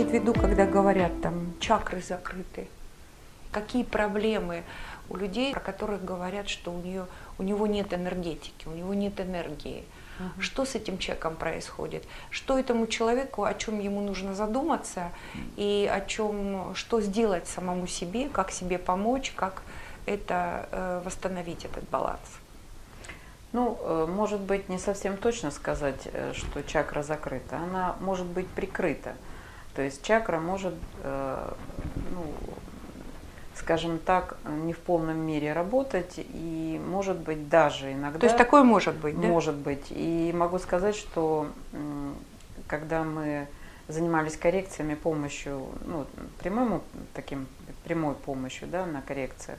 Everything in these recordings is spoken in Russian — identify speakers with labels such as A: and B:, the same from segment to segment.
A: имеет в виду, когда говорят, там, чакры закрыты? Какие проблемы у людей, про которых говорят, что у него нет энергетики, у него нет энергии? Что с этим человеком происходит? Что этому человеку, о чем ему нужно задуматься и о чем, что сделать самому себе, как себе помочь, как это восстановить этот баланс?
B: Ну, может быть, не совсем точно сказать, что чакра закрыта. Она может быть прикрыта. То есть чакра может, ну, скажем так, не в полном мере работать и может быть даже иногда...
A: То есть такое может быть, да?
B: Может быть. И могу сказать, что когда мы занимались коррекциями помощью, ну, прямой помощью, да, на коррекциях,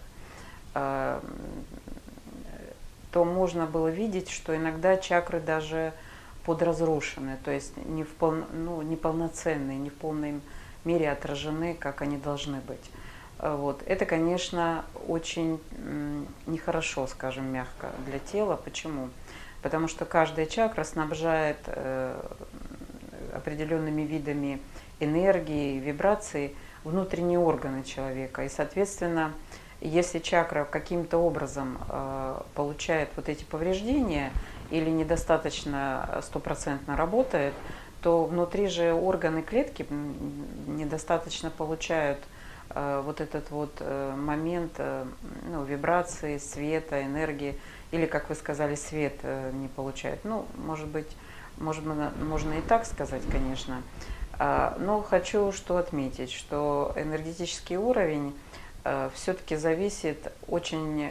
B: то можно было видеть, что иногда чакры даже подразрушены, то есть неполноценные, не в полной мере отражены, как они должны быть. Вот. Это, конечно, очень нехорошо, скажем мягко, для тела. Почему? Потому что каждая чакра снабжает определенными видами энергии, вибраций внутренние органы человека. И, соответственно, если чакра каким-то образом получает вот эти повреждения или недостаточно стопроцентно работает, то внутри же органы клетки недостаточно получают вот этот вот момент, ну, вибрации, света, энергии, или, как вы сказали, свет не получают. Ну, может быть, можно и так сказать, конечно. Но хочу что отметить, что энергетический уровень все-таки зависит очень,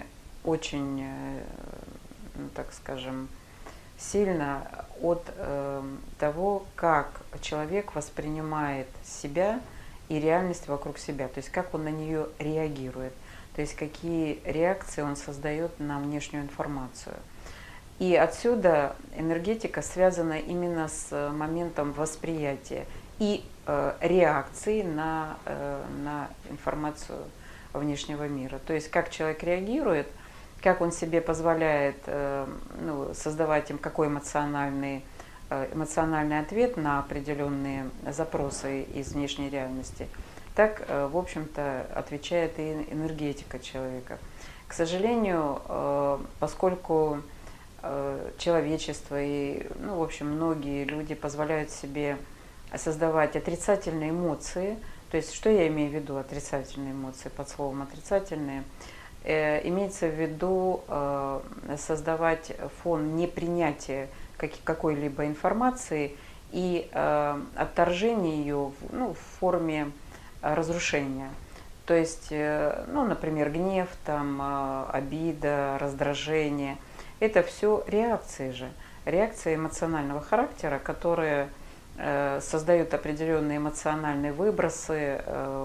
B: так скажем, сильно от того, как человек воспринимает себя и реальность вокруг себя, то есть как он на нее реагирует, то есть какие реакции он создает на внешнюю информацию. И отсюда энергетика связана именно с моментом восприятия и реакции на информацию внешнего мира. То есть как человек реагирует, как он себе позволяет создавать им какой эмоциональный ответ на определенные запросы из внешней реальности, так, в общем-то, отвечает и энергетика человека. К сожалению, поскольку человечество и, в общем, многие люди позволяют себе создавать отрицательные эмоции, то есть, что я имею в виду отрицательные эмоции, под словом отрицательные, имеется в виду создавать фон непринятия какой-либо информации и отторжение ее в форме разрушения. То есть, например, гнев, обида, раздражение – это все реакции же, реакции эмоционального характера, которые создают определенные эмоциональные выбросы,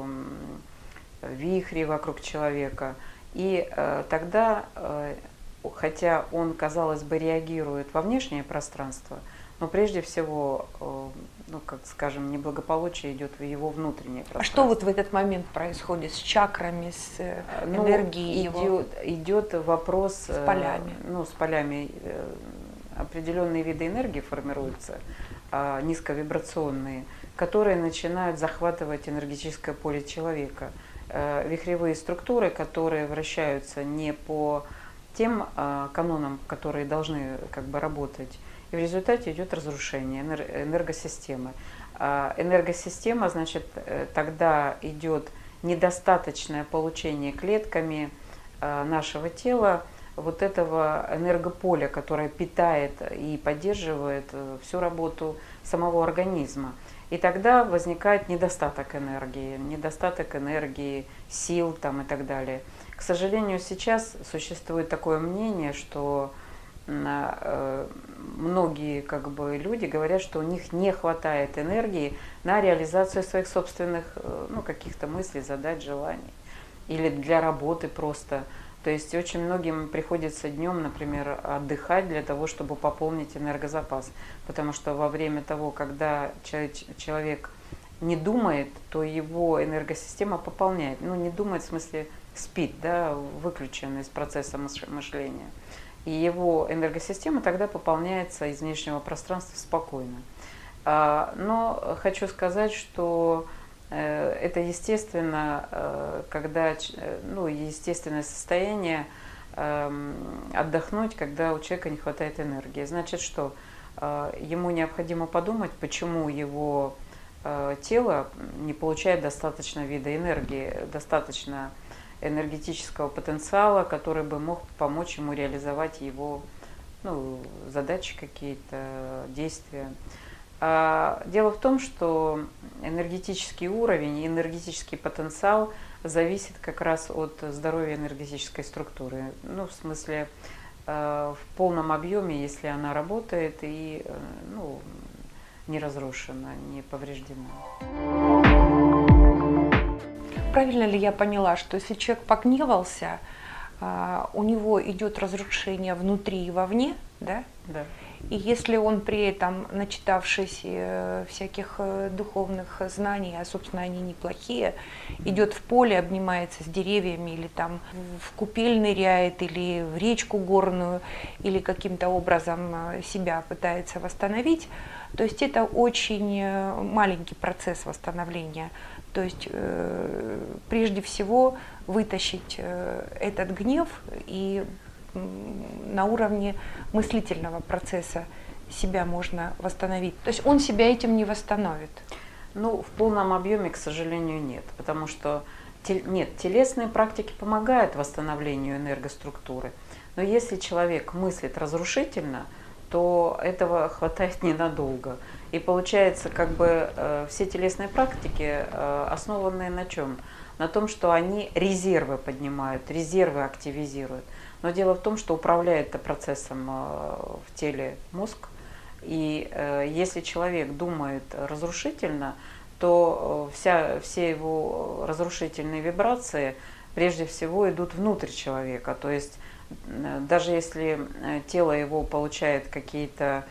B: вихри вокруг человека. И тогда, хотя он, казалось бы, реагирует во внешнее пространство, но прежде всего, скажем, неблагополучие идет в его внутреннее пространство.
A: А что вот в этот момент происходит с чакрами, с энергией его?
B: Идет вопрос
A: с полями.
B: С полями определенные виды энергии формируются, низковибрационные, которые начинают захватывать энергетическое поле человека. Вихревые структуры, которые вращаются не по тем канонам, которые должны работать, и в результате идет разрушение энергосистемы. Энергосистема, значит, тогда идет недостаточное получение клетками нашего тела вот этого энергополя, которое питает и поддерживает всю работу самого организма. И тогда возникает недостаток энергии, сил и так далее. К сожалению, сейчас существует такое мнение, что многие люди говорят, что у них не хватает энергии на реализацию своих собственных каких-то мыслей, задач, желаний или для работы просто. То есть очень многим приходится днем, например, отдыхать для того, чтобы пополнить энергозапас. Потому что во время того, когда человек не думает, то его энергосистема пополняет. Не думает, в смысле спит, выключен из процесса мышления. И его энергосистема тогда пополняется из внешнего пространства спокойно. Но хочу сказать, что Это естественно, когда, ну, естественное состояние отдохнуть, когда у человека не хватает энергии. Значит, что ему необходимо подумать, почему его тело не получает достаточно вида энергии, достаточно энергетического потенциала, который бы мог помочь ему реализовать его, ну, задачи какие-то, действия. Дело в том, что энергетический уровень и энергетический потенциал зависит как раз от здоровья энергетической структуры. Ну, в смысле, в полном объеме, если она работает и, ну, не разрушена, не повреждена.
A: Правильно ли я поняла, что если человек погневался, у него идет разрушение внутри и вовне, да?
B: Да.
A: И если он при этом, начитавшись всяких духовных знаний, а собственно они неплохие, идет в поле, обнимается с деревьями, или там в купель ныряет, или в речку горную, или каким-то образом себя пытается восстановить, то есть это очень маленький процесс восстановления. То есть прежде всего вытащить этот гнев и на уровне мыслительного процесса себя можно восстановить. То есть он себя этим не восстановит.
B: Ну, в полном объеме, к сожалению, нет. Потому что нет, телесные практики помогают восстановлению энергоструктуры. Но если человек мыслит разрушительно, то этого хватает ненадолго. И получается, как бы все телесные практики основаны на чем? На том, что они резервы поднимают, резервы активизируют. Но дело в том, что управляет это процессом в теле мозг. И если человек думает разрушительно, то все его разрушительные вибрации прежде всего идут внутрь человека. То есть даже если тело его получает какие-то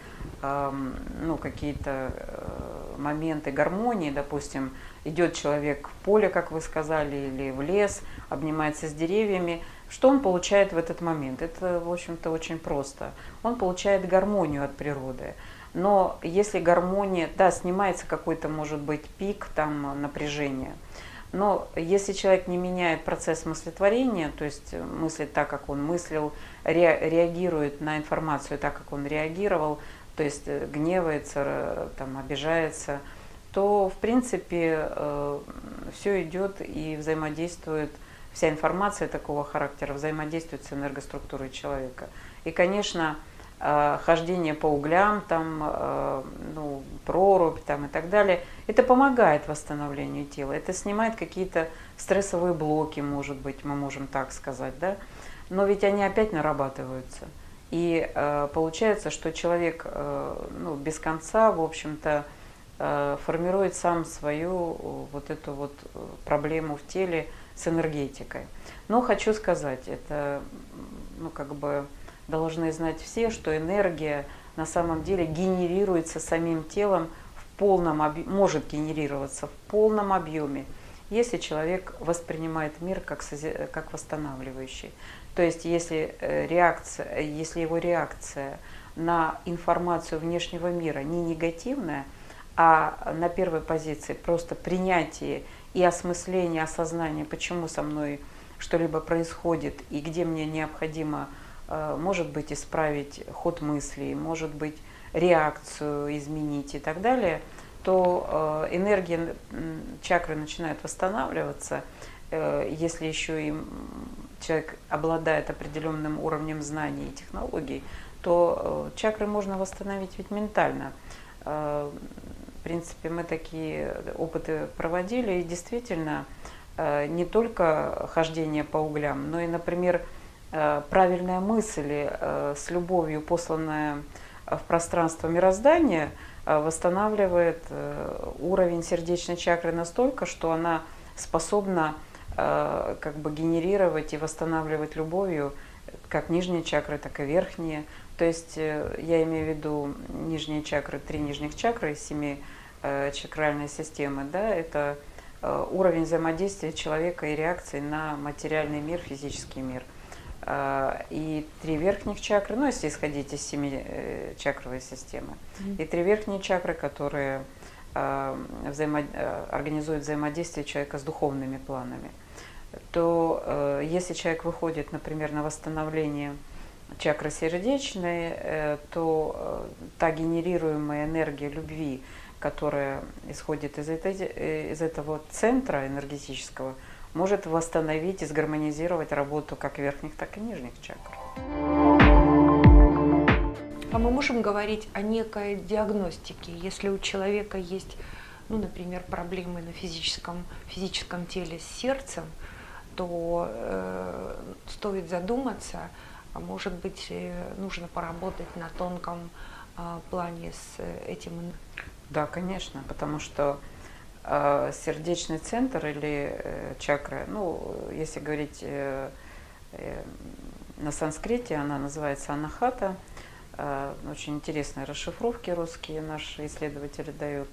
B: моменты гармонии, допустим, идет человек в поле, как вы сказали, или в лес, обнимается с деревьями, что он получает в этот момент? Это, в общем-то, очень просто. Он получает гармонию от природы. Но если гармония, да, снимается какой-то, может быть, пик там напряжения, но если человек не меняет процесс мыслетворения, то есть мыслит так, как он мыслил, реагирует на информацию так, как он реагировал, то есть гневается, там, обижается, то, в принципе, все идет и взаимодействует, вся информация такого характера взаимодействует с энергоструктурой человека. И, конечно, хождение по углям, там, ну, прорубь там, и так далее, это помогает восстановлению тела, это снимает какие-то стрессовые блоки, может быть, мы можем так сказать, да? Но ведь они опять нарабатываются. И получается, что человек, ну, без конца, в общем-то, формирует сам свою вот эту вот проблему в теле с энергетикой. Но хочу сказать, это, ну, как бы должны знать все, что энергия на самом деле генерируется самим телом в полном объеме, может генерироваться в полном объеме, если человек воспринимает мир как восстанавливающий. То есть если его реакция на информацию внешнего мира не негативная, а на первой позиции просто принятие и осмысление, осознание, почему со мной что-либо происходит и где мне необходимо, может быть, исправить ход мыслей, может быть, реакцию изменить и так далее, то энергия чакры начинает восстанавливаться. Если еще и человек обладает определенным уровнем знаний и технологий, то чакры можно восстановить ведь ментально. В принципе, мы такие опыты проводили, и действительно не только хождение по углям, но и, например, правильная мысль с любовью, посланная в пространство мироздания, восстанавливает уровень сердечной чакры настолько, что она способна как бы генерировать и восстанавливать любовью как нижние чакры, так и верхние. То есть я имею в виду нижние чакры, 3 нижних чакры из 7 чакральной системы, да, это уровень взаимодействия человека и реакции на материальный мир, физический мир. И 3 верхних чакры, ну, если исходить из 7 чакровой системы, и 3 верхние чакры, которые организует взаимодействие человека с духовными планами, то если человек выходит, например, на восстановление чакры сердечной, то та генерируемая энергия любви, которая исходит из этого центра энергетического, может восстановить и сгармонизировать работу как верхних, так и нижних чакр.
A: А мы можем говорить о некой диагностике, если у человека есть, ну, например, проблемы на физическом теле с сердцем, то стоит задуматься, а может быть, нужно поработать на тонком плане с этим.
B: Да, конечно, потому что сердечный центр или чакра, ну, если говорить на санскрите, она называется анахата. Очень интересные расшифровки русские наши исследователи дают.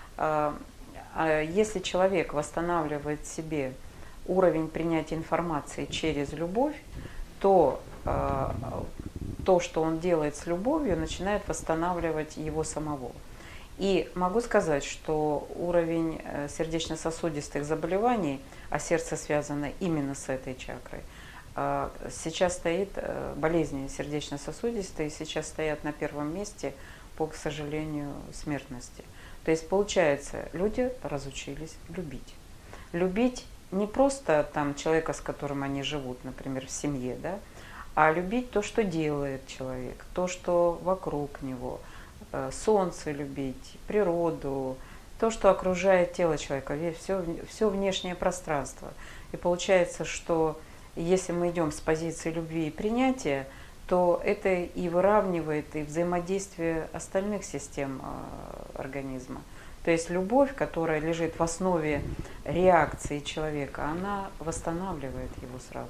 B: Если человек восстанавливает в себе уровень принятия информации через любовь, то то, что он делает с любовью, начинает восстанавливать его самого. И могу сказать, что уровень сердечно-сосудистых заболеваний, а сердце связано именно с этой чакрой, сейчас стоит, болезни сердечно-сосудистые сейчас стоят на первом месте по, к сожалению, смертности. То есть, получается, люди разучились любить. Любить не просто там человека, с которым они живут, например, в семье, да, а любить то, что делает человек, то, что вокруг него, солнце любить, природу, то, что окружает тело человека, все внешнее пространство. И получается, что если мы идем с позиции любви и принятия, то это и выравнивает и взаимодействие остальных систем организма. То есть любовь, которая лежит в основе реакции человека, она восстанавливает его сразу.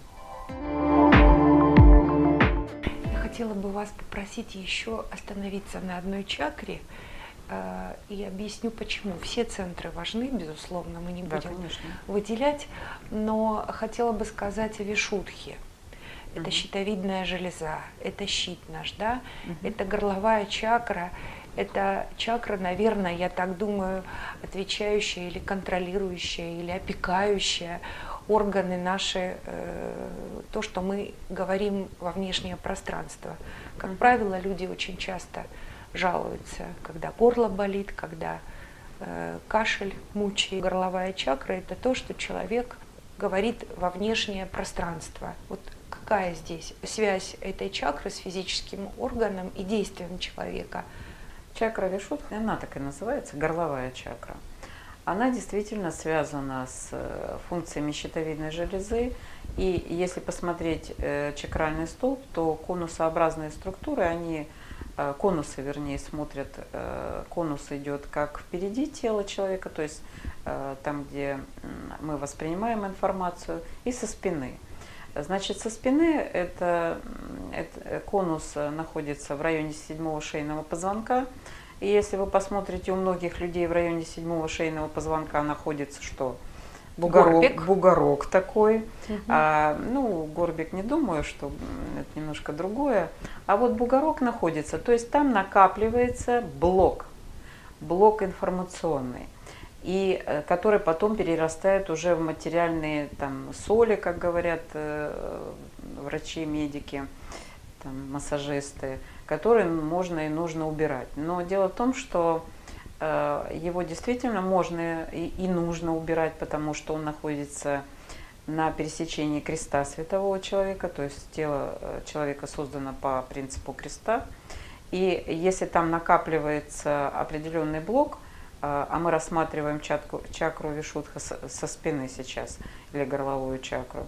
A: Я хотела бы вас попросить еще остановиться на одной чакре, и объясню почему. Все центры важны, безусловно, мы не будем выделять, но хотела бы сказать о вишудхе. Это щитовидная железа, это щит наш, да? Это горловая чакра, это чакра, наверное, я так думаю, отвечающая или контролирующая, или опекающая органы наши, то, что мы говорим во внешнее пространство. Как правило, люди очень часто жалуются, когда горло болит, когда кашель мучает. Горловая чакра – это то, что человек говорит во внешнее пространство. Вот какая здесь связь этой чакры с физическим органом и действием человека?
B: Чакра вишудха, она так и называется, горловая чакра. Она действительно связана с функциями щитовидной железы. И если посмотреть чакральный столб, то конусообразные структуры, они конусы, вернее, смотрят, конус идет как впереди тела человека, то есть там, где мы воспринимаем информацию, и со спины. Значит, со спины это конус находится в районе 7-го шейного позвонка. И если вы посмотрите, у многих людей в районе 7-го шейного позвонка находится что? Бугорок такой. Ну, горбик не думаю, что это немножко другое. А вот бугорок находится, то есть там накапливается блок информационный, и который потом перерастает уже в материальные там, соли, как говорят врачи, медики, там, массажисты, которые можно и нужно убирать. Но дело в том, что его действительно можно и нужно убирать, потому что он находится на пересечении креста светового человека, то есть тело человека создано по принципу креста. И если там накапливается определенный блок, а мы рассматриваем чакру вишудха со спины сейчас, или горловую чакру,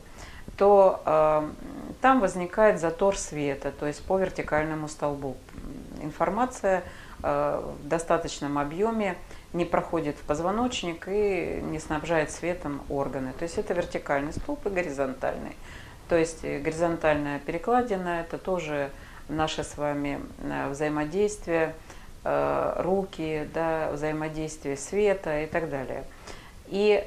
B: то там возникает затор света, то есть по вертикальному столбу. Информация в достаточном объеме не проходит в позвоночник и не снабжает светом органы. То есть это вертикальный столб и горизонтальный. То есть горизонтальная перекладина – это тоже наше с вами взаимодействие, руки, да, взаимодействие света и так далее. И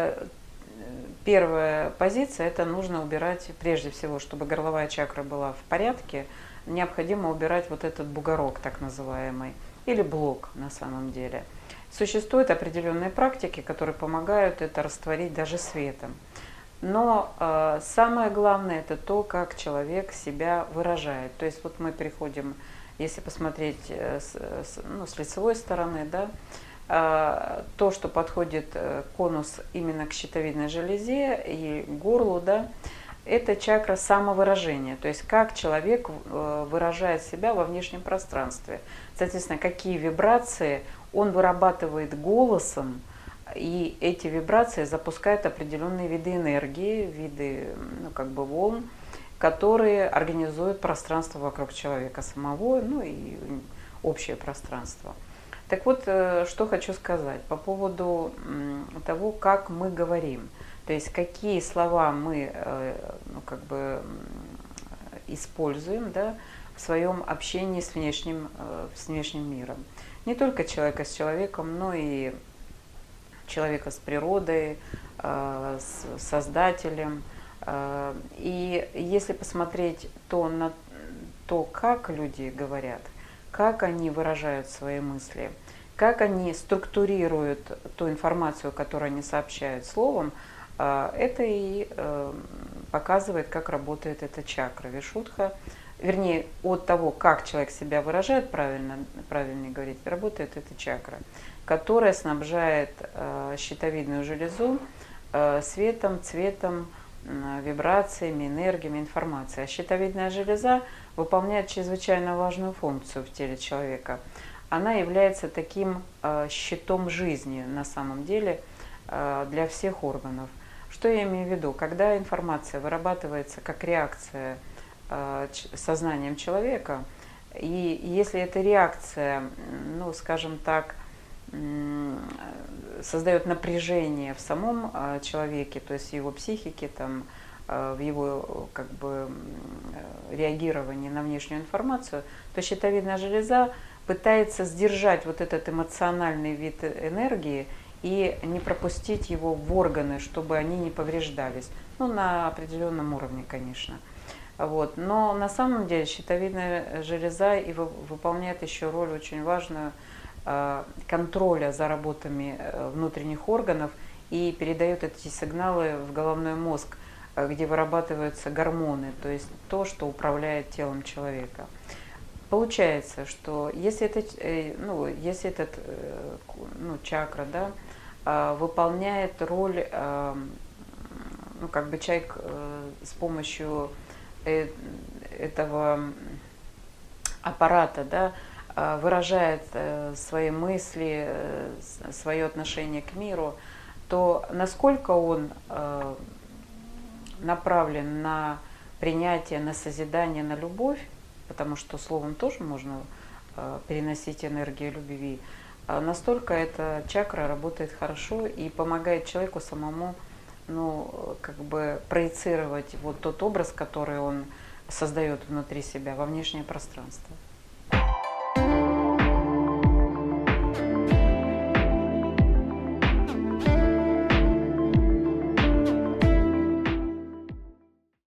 B: первая позиция – это нужно убирать, прежде всего, чтобы горловая чакра была в порядке, необходимо убирать вот этот бугорок, так называемый, или блок на самом деле. Существуют определенные практики, которые помогают это растворить даже светом. Но самое главное это то, как человек себя выражает. То есть вот мы переходим, если посмотреть с лицевой стороны, да, то, что подходит конус именно к щитовидной железе и горлу, да, это чакра самовыражения, то есть как человек выражает себя во внешнем пространстве. Соответственно, какие вибрации он вырабатывает голосом, и эти вибрации запускают определенные виды энергии, виды волн, которые организуют пространство вокруг человека самого, ну и общее пространство. Так вот, что хочу сказать по поводу того, как мы говорим. То есть какие слова мы используем, да, в своем общении с внешним миром. Не только человека с человеком, но и человека с природой, с Создателем. И если посмотреть на то, как люди говорят, как они выражают свои мысли, как они структурируют ту информацию, которую они сообщают словом, это и показывает, как работает эта чакра Вишудха. Вернее, от того, как человек себя выражает, правильнее говорить, работает эта чакра, которая снабжает щитовидную железу светом, цветом, вибрациями, энергиями, информацией. А щитовидная железа выполняет чрезвычайно важную функцию в теле человека. Она является таким щитом жизни на самом деле для всех органов. Что я имею в виду? Когда информация вырабатывается как реакция сознанием человека, и если эта реакция, скажем так, создает напряжение в самом человеке, то есть в его психике, в его реагировании на внешнюю информацию, то щитовидная железа пытается сдержать вот этот эмоциональный вид энергии и не пропустить его в органы, чтобы они не повреждались. На определенном уровне, конечно. Вот. Но на самом деле щитовидная железа и выполняет еще роль очень важную контроля за работами внутренних органов и передает эти сигналы в головной мозг, где вырабатываются гормоны, то есть то, что управляет телом человека. Получается, что если этот чакра, да, выполняет роль, человек с помощью этого аппарата, да, выражает свои мысли, свое отношение к миру, то насколько он направлен на принятие, на созидание, на любовь, потому что словом тоже можно переносить энергию любви, настолько эта чакра работает хорошо и помогает человеку самому проецировать вот тот образ, который он создает внутри себя во внешнее пространство.